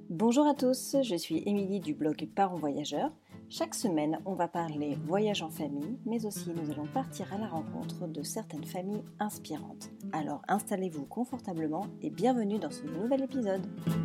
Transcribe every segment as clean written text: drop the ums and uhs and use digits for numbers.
Bonjour à tous, je suis Émilie du blog Parents Voyageurs. Chaque semaine, on va parler voyage en famille, mais aussi nous allons partir à la rencontre de certaines familles inspirantes. Alors installez-vous confortablement et bienvenue dans ce nouvel épisode.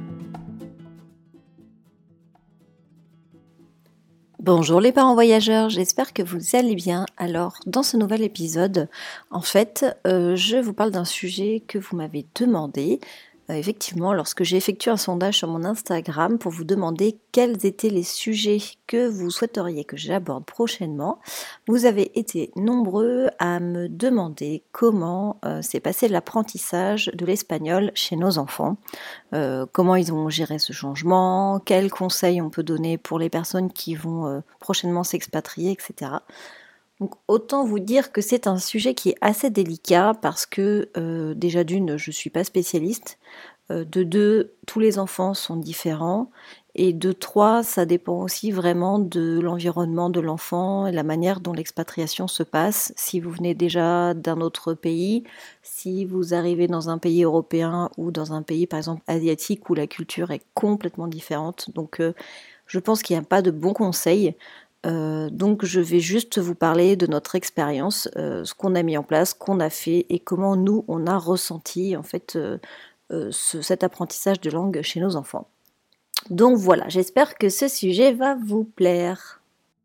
Bonjour les parents voyageurs, j'espère que vous allez bien. Alors dans ce nouvel épisode, je vous parle d'un sujet que vous m'avez demandé. Effectivement, lorsque j'ai effectué un sondage sur mon Instagram pour vous demander quels étaient les sujets que vous souhaiteriez que j'aborde prochainement, vous avez été nombreux à me demander comment s'est passé l'apprentissage de l'espagnol chez nos enfants. Comment ils ont géré ce changement, quels conseils on peut donner pour les personnes qui vont prochainement s'expatrier, etc. Donc autant vous dire que c'est un sujet qui est assez délicat parce que déjà d'une, je ne suis pas spécialiste, de deux, tous les enfants sont différents, et de trois, ça dépend aussi vraiment de l'environnement de l'enfant et la manière dont l'expatriation se passe. Si vous venez déjà d'un autre pays, si vous arrivez dans un pays européen ou dans un pays par exemple asiatique où la culture est complètement différente. Donc je pense qu'il n'y a pas de bons conseils. Donc je vais juste vous parler de notre expérience, ce qu'on a mis en place, ce qu'on a fait et comment nous on a ressenti cet apprentissage de langue chez nos enfants. Donc voilà, j'espère que ce sujet va vous plaire.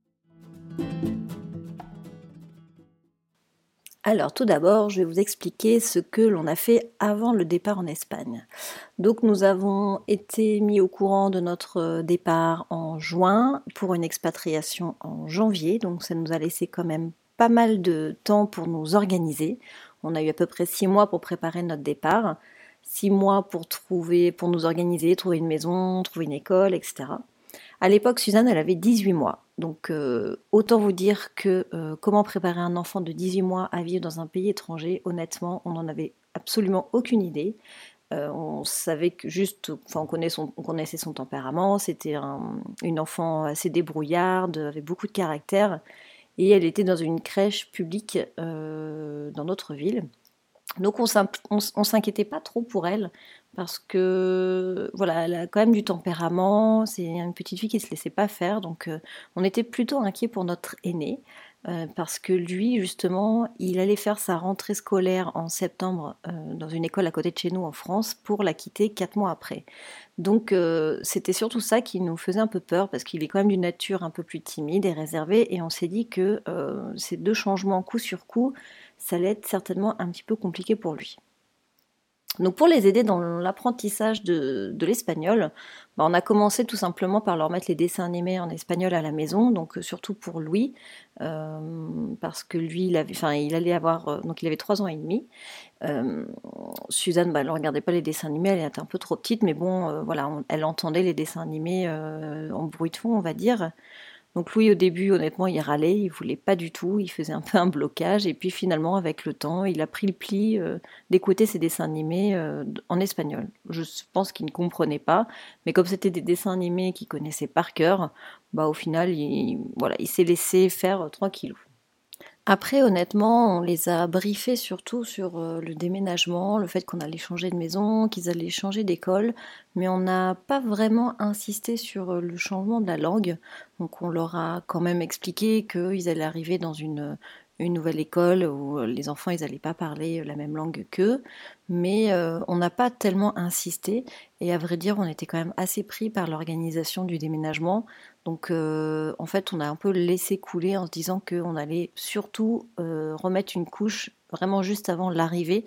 Alors tout d'abord, je vais vous expliquer ce que l'on a fait avant le départ en Espagne. Donc nous avons été mis au courant de notre départ en juin pour une expatriation en janvier, donc ça nous a laissé quand même pas mal de temps pour nous organiser. On a eu à peu près 6 mois pour préparer notre départ, 6 mois pour nous organiser, trouver une maison, trouver une école, etc. À l'époque, Suzanne, elle avait 18 mois. Donc, autant vous dire que comment préparer un enfant de 18 mois à vivre dans un pays étranger, honnêtement, on n'en avait absolument aucune idée. On savait que juste, enfin, on connaissait son tempérament. C'était une enfant assez débrouillarde, avec beaucoup de caractère. Et elle était dans une crèche publique dans notre ville. Donc on s'inquiétait pas trop pour elle parce que voilà, elle a quand même du tempérament, c'est une petite fille qui se laissait pas faire, donc on était plutôt inquiet pour notre aîné parce que lui justement, il allait faire sa rentrée scolaire en septembre dans une école à côté de chez nous en France pour la quitter 4 mois après. Donc c'était surtout ça qui nous faisait un peu peur parce qu'il est quand même d'une nature un peu plus timide et réservée, et on s'est dit que ces deux changements coup sur coup, ça allait être certainement un petit peu compliqué pour lui. Donc pour les aider dans l'apprentissage de l'espagnol, on a commencé tout simplement par leur mettre les dessins animés en espagnol à la maison, donc surtout pour Louis, parce que lui, il allait avoir, donc il avait 3 ans et demi. Euh, Suzanne, elle ne regardait pas les dessins animés, elle était un peu trop petite, mais bon, voilà, elle entendait les dessins animés en bruit de fond, on va dire. Donc Louis, au début, honnêtement, il râlait, il voulait pas du tout, il faisait un peu un blocage, et puis finalement, avec le temps, il a pris le pli d'écouter ses dessins animés en espagnol. Je pense qu'il ne comprenait pas, mais comme c'était des dessins animés qu'il connaissait par cœur, au final, voilà, il s'est laissé faire tranquillou. Après, honnêtement, on les a briefés surtout sur le déménagement, le fait qu'on allait changer de maison, qu'ils allaient changer d'école, mais on n'a pas vraiment insisté sur le changement de la langue. Donc on leur a quand même expliqué qu'ils allaient arriver dans une nouvelle école où les enfants ils n'allaient pas parler la même langue qu'eux, mais on n'a pas tellement insisté, et à vrai dire on était quand même assez pris par l'organisation du déménagement. Donc en fait, on a un peu laissé couler en se disant qu'on allait surtout remettre une couche vraiment juste avant l'arrivée,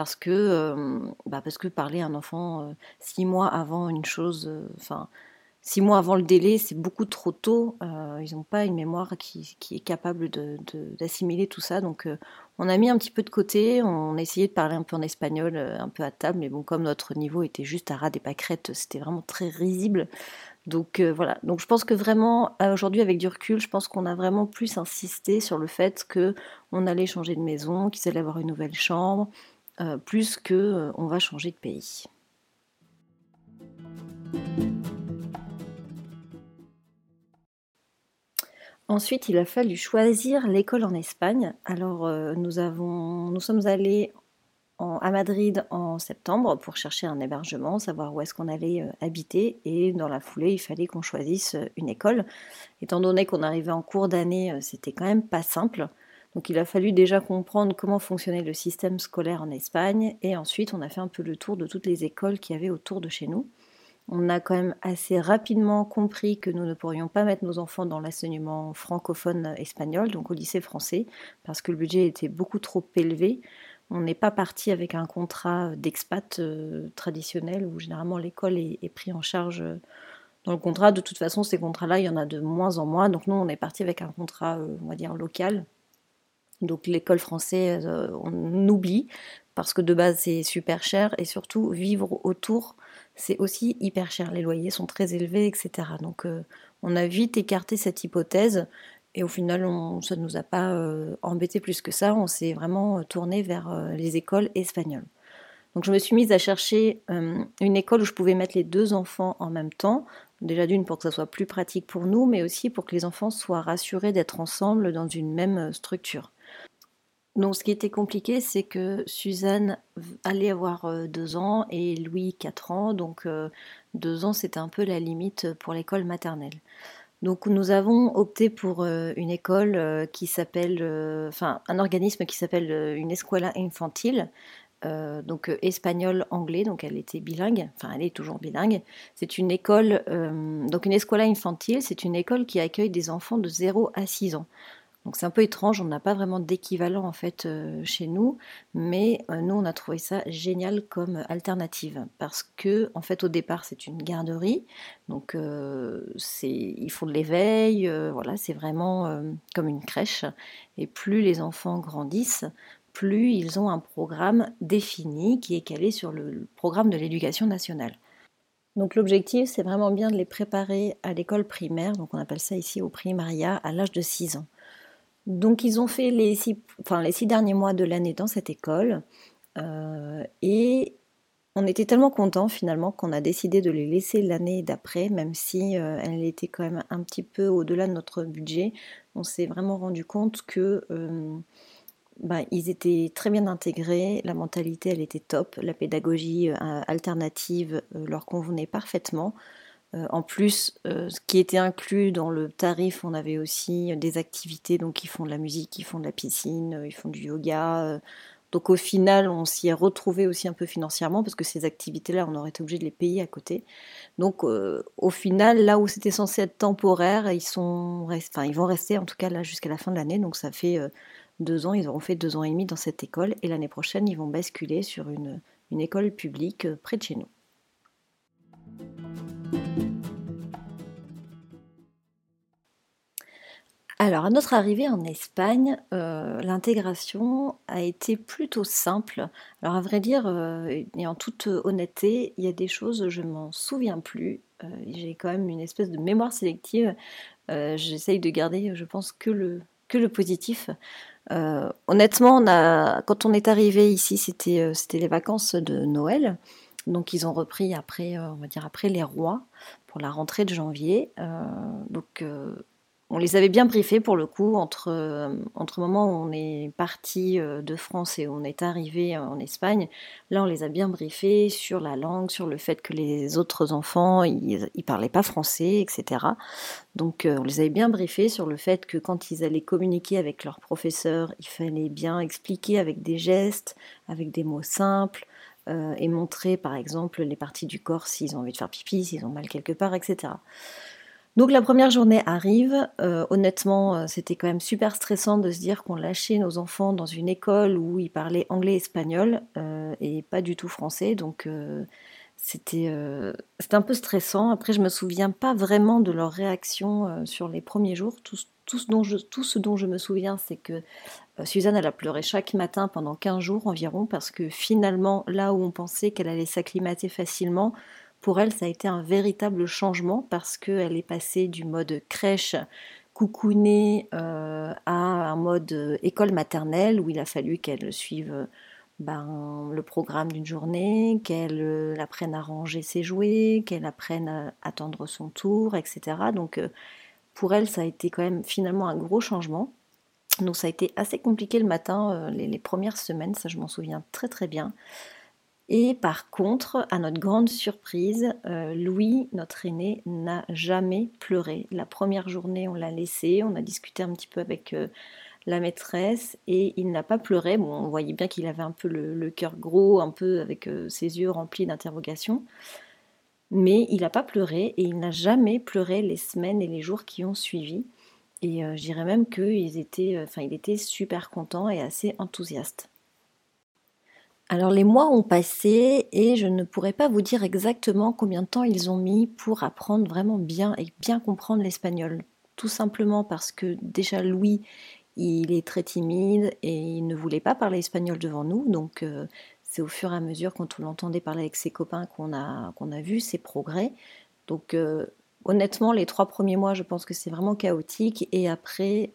parce que parler à un enfant 6 mois avant une chose, 6 mois avant le délai, c'est beaucoup trop tôt. Ils n'ont pas une mémoire qui est capable d'assimiler tout ça. Donc on a mis un petit peu de côté, on a essayé de parler un peu en espagnol, un peu à table, mais bon, comme notre niveau était juste à ras des pâquerettes, c'était vraiment très risible. Donc voilà, donc je pense que vraiment, aujourd'hui avec du recul, je pense qu'on a vraiment plus insisté sur le fait que on allait changer de maison, qu'ils allaient avoir une nouvelle chambre, plus que on va changer de pays. Ensuite, il a fallu choisir l'école en Espagne. Alors nous sommes allés à Madrid en septembre pour chercher un hébergement, savoir où est-ce qu'on allait habiter. Et dans la foulée, il fallait qu'on choisisse une école. Étant donné qu'on arrivait en cours d'année, c'était quand même pas simple. Donc il a fallu déjà comprendre comment fonctionnait le système scolaire en Espagne. Et ensuite, on a fait un peu le tour de toutes les écoles qu'il y avait autour de chez nous. On a quand même assez rapidement compris que nous ne pourrions pas mettre nos enfants dans l'enseignement francophone espagnol, donc au lycée français, parce que le budget était beaucoup trop élevé. On n'est pas parti avec un contrat d'expat traditionnel où généralement l'école est prise en charge dans le contrat. De toute façon, ces contrats-là, il y en a de moins en moins. Donc nous, on est parti avec un contrat, on va dire, local. Donc l'école française, on oublie parce que de base c'est super cher et surtout vivre autour c'est aussi hyper cher. Les loyers sont très élevés, etc. Donc on a vite écarté cette hypothèse et au final ça ne nous a pas embêté plus que ça. On s'est vraiment tourné vers les écoles espagnoles. Donc je me suis mise à chercher une école où je pouvais mettre les deux enfants en même temps. Déjà d'une pour que ça soit plus pratique pour nous, mais aussi pour que les enfants soient rassurés d'être ensemble dans une même structure. Donc, ce qui était compliqué, c'est que Suzanne allait avoir 2 ans et Louis 4 ans. Donc, 2 ans, c'était un peu la limite pour l'école maternelle. Donc, nous avons opté pour une école qui s'appelle, enfin, un organisme qui s'appelle une escuela infantile. Donc espagnol-anglais, donc elle était bilingue, enfin elle est toujours bilingue. C'est une école, donc une escuela infantile, c'est une école qui accueille des enfants de 0 à 6 ans. Donc c'est un peu étrange, on n'a pas vraiment d'équivalent en fait chez nous, mais nous on a trouvé ça génial comme alternative parce que en fait au départ c'est une garderie, donc ils font de l'éveil, voilà c'est vraiment comme une crèche et plus les enfants grandissent, plus ils ont un programme défini qui est calé sur le programme de l'éducation nationale. Donc l'objectif c'est vraiment bien de les préparer à l'école primaire, donc on appelle ça ici au primaria à l'âge de 6 ans. Donc ils ont fait les 6 derniers mois de l'année dans cette école et on était tellement contents finalement qu'on a décidé de les laisser l'année d'après, même si elle était quand même un petit peu au-delà de notre budget. On s'est vraiment rendu compte que ils étaient très bien intégrés, la mentalité elle était top, la pédagogie alternative leur convenait parfaitement. En plus, ce qui était inclus dans le tarif, on avait aussi des activités, donc ils font de la musique, ils font de la piscine, ils font du yoga. Donc au final, on s'y est retrouvé aussi un peu financièrement parce que ces activités-là, on aurait été obligé de les payer à côté. Donc au final, là où c'était censé être temporaire, ils vont rester en tout cas là jusqu'à la fin de l'année. Donc ça fait 2 ans, ils auront fait 2 ans et demi dans cette école et l'année prochaine, ils vont basculer sur une école publique près de chez nous. Alors, à notre arrivée en Espagne, l'intégration a été plutôt simple. Alors, à vrai dire, et en toute honnêteté, il y a des choses, je m'en souviens plus. J'ai quand même une espèce de mémoire sélective. J'essaye de garder, je pense, que le positif. Honnêtement, quand on est arrivé ici, c'était les vacances de Noël. Donc, ils ont repris après, on va dire après les rois, pour la rentrée de janvier. Donc, on les avait bien briefés pour le coup, entre le moment où on est parti de France et où on est arrivé en Espagne. Là, on les a bien briefés sur la langue, sur le fait que les autres enfants, ils parlaient pas français, etc. Donc, on les avait bien briefés sur le fait que quand ils allaient communiquer avec leurs professeurs, il fallait bien expliquer avec des gestes, avec des mots simples, et montrer par exemple les parties du corps s'ils ont envie de faire pipi, s'ils ont mal quelque part, etc. Donc la première journée arrive, honnêtement, c'était quand même super stressant de se dire qu'on lâchait nos enfants dans une école où ils parlaient anglais et espagnol, et pas du tout français. Donc c'était un peu stressant. Après je me souviens pas vraiment de leur réaction, sur les premiers jours. Tout ce dont je me souviens, c'est que, Suzanne, elle a pleuré chaque matin pendant 15 jours environ parce que finalement, là où on pensait qu'elle allait s'acclimater facilement, pour elle, ça a été un véritable changement parce qu'elle est passée du mode crèche, coucounée, à un mode école maternelle où il a fallu qu'elle suive le programme d'une journée, qu'elle apprenne à ranger ses jouets, qu'elle apprenne à attendre son tour, etc. Donc pour elle, ça a été quand même finalement un gros changement. Donc ça a été assez compliqué le matin, les premières semaines, ça je m'en souviens très très bien. Et par contre, à notre grande surprise, Louis, notre aîné, n'a jamais pleuré. La première journée, on l'a laissé, on a discuté un petit peu avec la maîtresse et il n'a pas pleuré. Bon, on voyait bien qu'il avait un peu le cœur gros, un peu avec ses yeux remplis d'interrogations. Mais il n'a pas pleuré et il n'a jamais pleuré les semaines et les jours qui ont suivi. Et je dirais même qu'il était super content et assez enthousiaste. Alors les mois ont passé et je ne pourrais pas vous dire exactement combien de temps ils ont mis pour apprendre vraiment bien et bien comprendre l'espagnol. Tout simplement parce que déjà Louis, il est très timide et il ne voulait pas parler espagnol devant nous. Donc c'est au fur et à mesure quand on l'entendait parler avec ses copains qu'on a vu ses progrès. Donc honnêtement, les 3 premiers mois, je pense que c'est vraiment chaotique. Et après,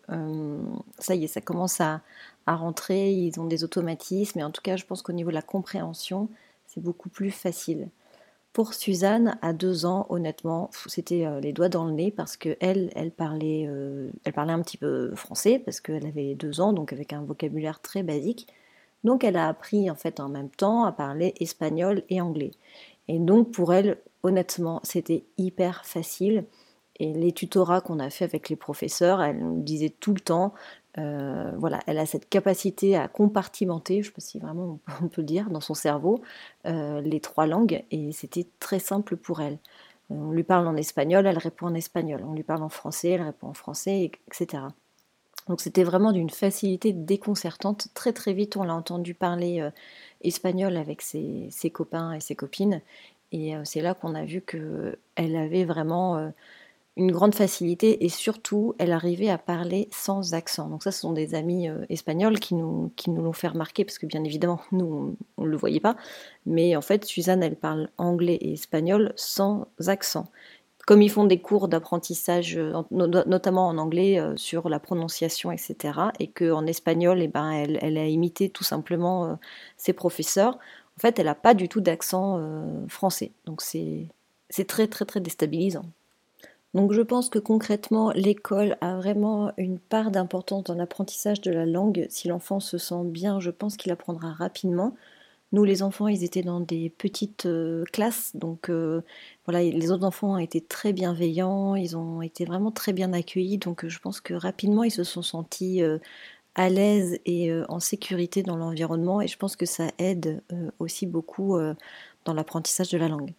ça y est, ça commence à rentrer. Ils ont des automatismes. Et en tout cas, je pense qu'au niveau de la compréhension, c'est beaucoup plus facile. Pour Suzanne, à 2 ans, honnêtement, c'était les doigts dans le nez parce qu'elle, elle parlait un petit peu français parce qu'elle avait 2 ans, donc avec un vocabulaire très basique. Donc elle a appris en fait en même temps à parler espagnol et anglais. Et donc pour elle, honnêtement, c'était hyper facile. Et les tutorats qu'on a fait avec les professeurs, elle nous disait tout le temps, voilà, elle a cette capacité à compartimenter, je ne sais pas si vraiment on peut le dire, dans son cerveau, les 3 langues, et c'était très simple pour elle. On lui parle en espagnol, elle répond en espagnol. On lui parle en français, elle répond en français, etc. Donc c'était vraiment d'une facilité déconcertante. Très très vite, on l'a entendu parler espagnol avec ses copains et ses copines. Et c'est là qu'on a vu qu'elle avait vraiment une grande facilité et surtout, elle arrivait à parler sans accent. Donc ça, ce sont des amis espagnols qui nous l'ont fait remarquer parce que bien évidemment, nous, on ne le voyait pas. Mais en fait, Suzanne, elle parle anglais et espagnol sans accent. Comme ils font des cours d'apprentissage, notamment en anglais, sur la prononciation, etc., et qu'en espagnol, eh ben, elle a imité tout simplement ses professeurs, en fait, elle n'a pas du tout d'accent français. Donc c'est très, très, très déstabilisant. Donc je pense que concrètement, l'école a vraiment une part d'importance dans l'apprentissage de la langue. Si l'enfant se sent bien, je pense qu'il apprendra rapidement. Nous, les enfants, ils étaient dans des petites classes, donc voilà, les autres enfants ont été très bienveillants, ils ont été vraiment très bien accueillis, donc je pense que rapidement, ils se sont sentis à l'aise et en sécurité dans l'environnement, et je pense que ça aide aussi beaucoup dans l'apprentissage de la langue.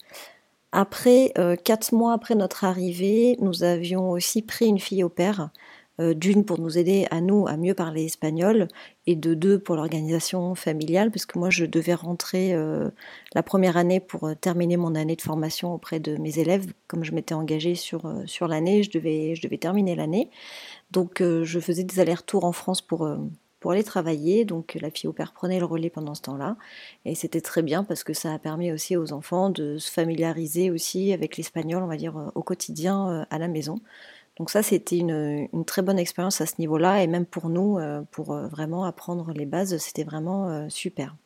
Après, 4 mois après notre arrivée, nous avions aussi pris une fille au pair, d'une pour nous aider à nous à mieux parler espagnol et de deux pour l'organisation familiale, parce que moi je devais rentrer la première année pour terminer mon année de formation auprès de mes élèves. Comme je m'étais engagée sur l'année, je devais terminer l'année. Donc je faisais des allers-retours en France pour aller travailler. Donc la fille au père prenait le relais pendant ce temps-là. Et c'était très bien parce que ça a permis aussi aux enfants de se familiariser aussi avec l'espagnol, on va dire, au quotidien à la maison. Donc ça, c'était une très bonne expérience à ce niveau-là. Et même pour nous, pour vraiment apprendre les bases, c'était vraiment super.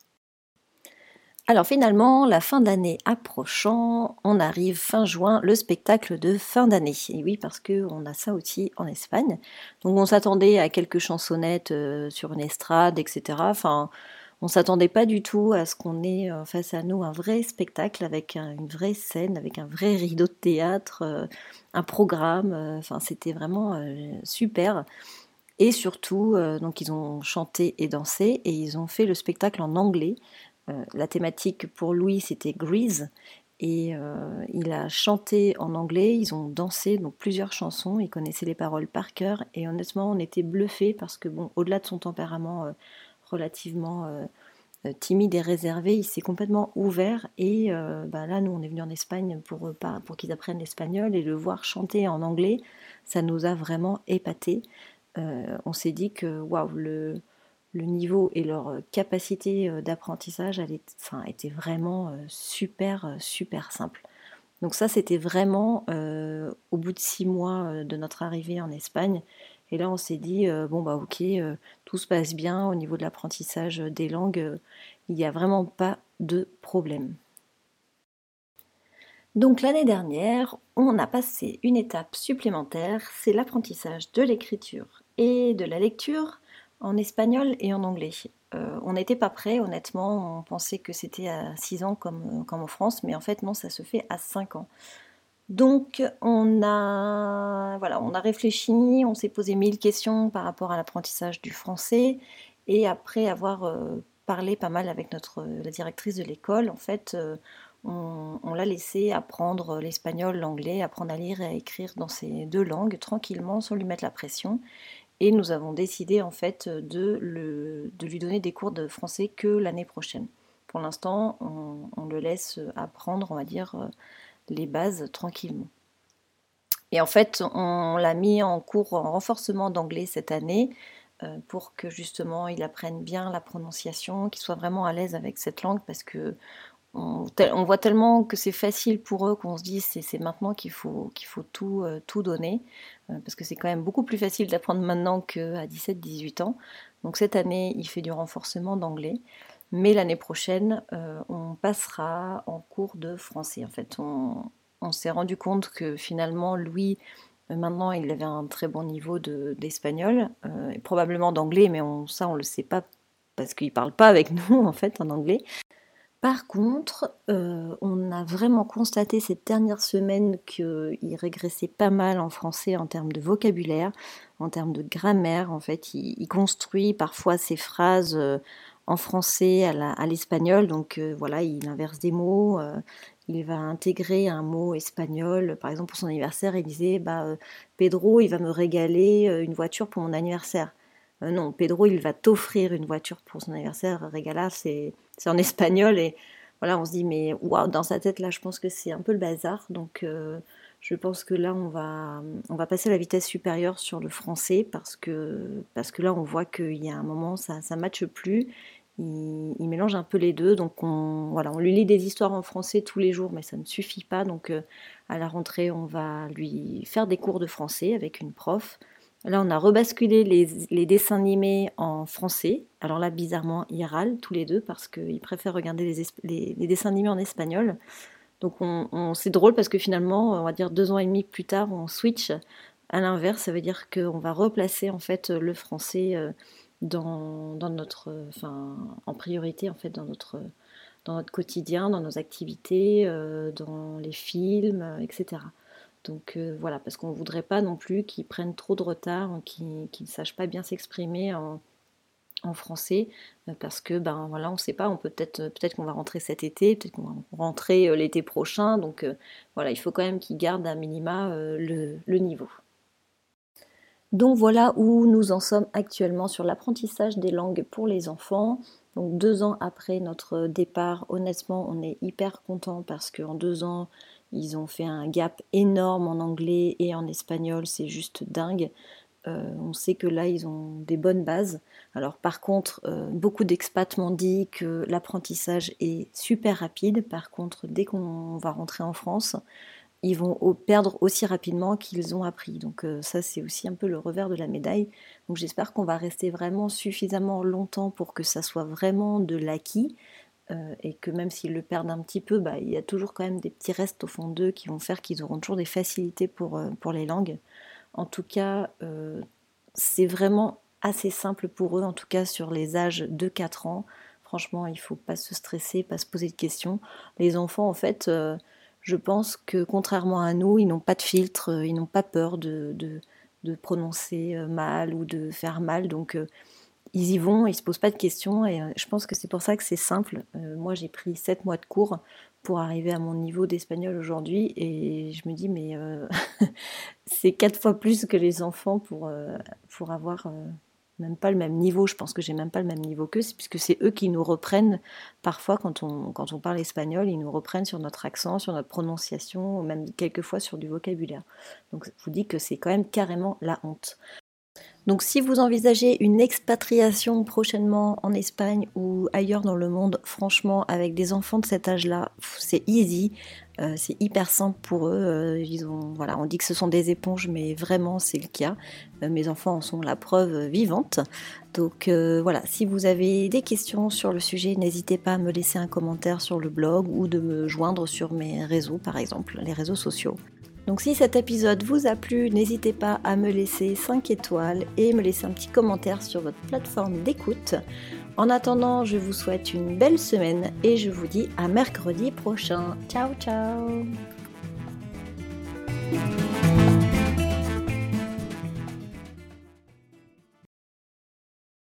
Alors finalement, la fin d'année approchant, on arrive fin juin, le spectacle de fin d'année. Et oui, parce qu'on a ça aussi en Espagne. Donc on s'attendait à quelques chansonnettes sur une estrade, etc. Enfin, on s'attendait pas du tout à ce qu'on ait face à nous un vrai spectacle avec une vraie scène, avec un vrai rideau de théâtre, un programme. Enfin, c'était vraiment super. Et surtout, donc ils ont chanté et dansé et ils ont fait le spectacle en anglais. La thématique pour Louis, c'était Grease. Et il a chanté en anglais, ils ont dansé donc plusieurs chansons, il connaissait les paroles par cœur. Et honnêtement, on était bluffés parce que, bon, au-delà de son tempérament relativement timide et réservé, il s'est complètement ouvert. Et bah là, nous, on est venus en Espagne pour qu'ils apprennent l'espagnol. Et le voir chanter en anglais, ça nous a vraiment épatés. On s'est dit que waouh, le niveau et leur capacité d'apprentissage enfin, était vraiment super, super simple. Donc ça, c'était vraiment au bout de 6 mois de notre arrivée en Espagne. Et là, on s'est dit, bon, bah ok, tout se passe bien au niveau de l'apprentissage des langues, il n'y a vraiment pas de problème. Donc l'année dernière, on a passé une étape supplémentaire, c'est l'apprentissage de l'écriture et de la lecture en espagnol et en anglais. On n'était pas prêts, honnêtement, on pensait que c'était à 6 ans comme en France, mais en fait non, ça se fait à 5 ans. Donc on a réfléchi, on s'est posé 1000 questions par rapport à l'apprentissage du français, et après avoir parlé pas mal avec la directrice de l'école, en fait, on l'a laissé apprendre l'espagnol, l'anglais, apprendre à lire et à écrire dans ces deux langues tranquillement, sans lui mettre la pression. Et nous avons décidé en fait de lui donner des cours de français que l'année prochaine. Pour l'instant, on le laisse apprendre, on va dire, les bases tranquillement. Et en fait, on l'a mis en cours en renforcement d'anglais cette année pour que justement il apprenne bien la prononciation, qu'il soit vraiment à l'aise avec cette langue, parce que on voit tellement que c'est facile pour eux qu'on se dit c'est maintenant qu'il faut tout donner, parce que c'est quand même beaucoup plus facile d'apprendre maintenant qu'à 17-18 ans. Donc cette année, il fait du renforcement d'anglais, mais l'année prochaine, on passera en cours de français. En fait, on s'est rendu compte que finalement, Louis, maintenant, il avait un très bon niveau d'espagnol, et probablement d'anglais, mais ça, on ne le sait pas parce qu'il ne parle pas avec nous, en fait, en anglais. Par contre, on a vraiment constaté cette dernière semaine qu'il régressait pas mal en français en termes de vocabulaire, en termes de grammaire. En fait, il construit parfois ses phrases en français à l'espagnol. Donc voilà, il inverse des mots, il va intégrer un mot espagnol. Par exemple, pour son anniversaire, il disait Pedro, il va me régaler une voiture pour mon anniversaire. Non, Pedro, il va t'offrir une voiture pour son anniversaire. Regala, c'est en espagnol, et voilà, on se dit, mais waouh, dans sa tête, là, je pense que c'est un peu le bazar. Donc, je pense que là, on va passer à la vitesse supérieure sur le français, parce que là, on voit qu'il y a un moment, ça ne matche plus. Il mélange un peu les deux. Donc, on lui lit des histoires en français tous les jours, mais ça ne suffit pas. Donc, à la rentrée, on va lui faire des cours de français avec une prof. Là, on a rebasculé les dessins animés en français. Alors là, bizarrement, ils râlent tous les deux parce qu'ils préfèrent regarder les dessins animés en espagnol. Donc c'est drôle parce que finalement, on va dire 2 ans et demi plus tard, on switch à l'inverse. Ça veut dire qu'on va replacer en fait le français dans notre, en priorité en fait dans notre quotidien, dans nos activités, dans les films, etc. Donc voilà, parce qu'on ne voudrait pas non plus qu'ils prennent trop de retard, qu'ils ne sachent pas bien s'exprimer en français, parce que voilà, on ne sait pas, peut-être qu'on va rentrer cet été, peut-être qu'on va rentrer l'été prochain, donc voilà, il faut quand même qu'ils gardent à minima le niveau. Donc voilà où nous en sommes actuellement sur l'apprentissage des langues pour les enfants. Donc 2 ans après notre départ, honnêtement, on est hyper content parce qu'en 2 ans, ils ont fait un gap énorme en anglais et en espagnol, c'est juste dingue. On sait que là, ils ont des bonnes bases. Alors par contre, beaucoup d'expats m'ont dit que l'apprentissage est super rapide. Par contre, dès qu'on va rentrer en France, ils vont perdre aussi rapidement qu'ils ont appris. Donc ça, c'est aussi un peu le revers de la médaille. Donc j'espère qu'on va rester vraiment suffisamment longtemps pour que ça soit vraiment de l'acquis, et que même s'ils le perdent un petit peu, il y a toujours quand même des petits restes au fond d'eux qui vont faire qu'ils auront toujours des facilités pour les langues. En tout cas, c'est vraiment assez simple pour eux, en tout cas sur les âges de 4 ans. Franchement, il ne faut pas se stresser, pas se poser de questions. Les enfants, en fait, je pense que contrairement à nous, ils n'ont pas de filtre, ils n'ont pas peur de prononcer mal ou de faire mal. Donc, ils y vont, ils ne se posent pas de questions, et je pense que c'est pour ça que c'est simple. Moi, j'ai pris 7 mois de cours pour arriver à mon niveau d'espagnol aujourd'hui, et je me dis, mais c'est 4 fois plus que les enfants pour avoir même pas le même niveau. Je pense que j'ai même pas le même niveau qu'eux, puisque c'est eux qui nous reprennent parfois quand on parle espagnol, ils nous reprennent sur notre accent, sur notre prononciation, même quelquefois sur du vocabulaire. Donc je vous dis que c'est quand même carrément la honte. Donc si vous envisagez une expatriation prochainement en Espagne ou ailleurs dans le monde, franchement, avec des enfants de cet âge-là, c'est easy, c'est hyper simple pour eux. Voilà, on dit que ce sont des éponges, mais vraiment c'est le cas. Mes enfants en sont la preuve vivante. Donc voilà, si vous avez des questions sur le sujet, n'hésitez pas à me laisser un commentaire sur le blog ou de me joindre sur mes réseaux, par exemple, les réseaux sociaux. Donc si cet épisode vous a plu, n'hésitez pas à me laisser 5 étoiles et me laisser un petit commentaire sur votre plateforme d'écoute. En attendant, je vous souhaite une belle semaine et je vous dis à mercredi prochain. Ciao ciao!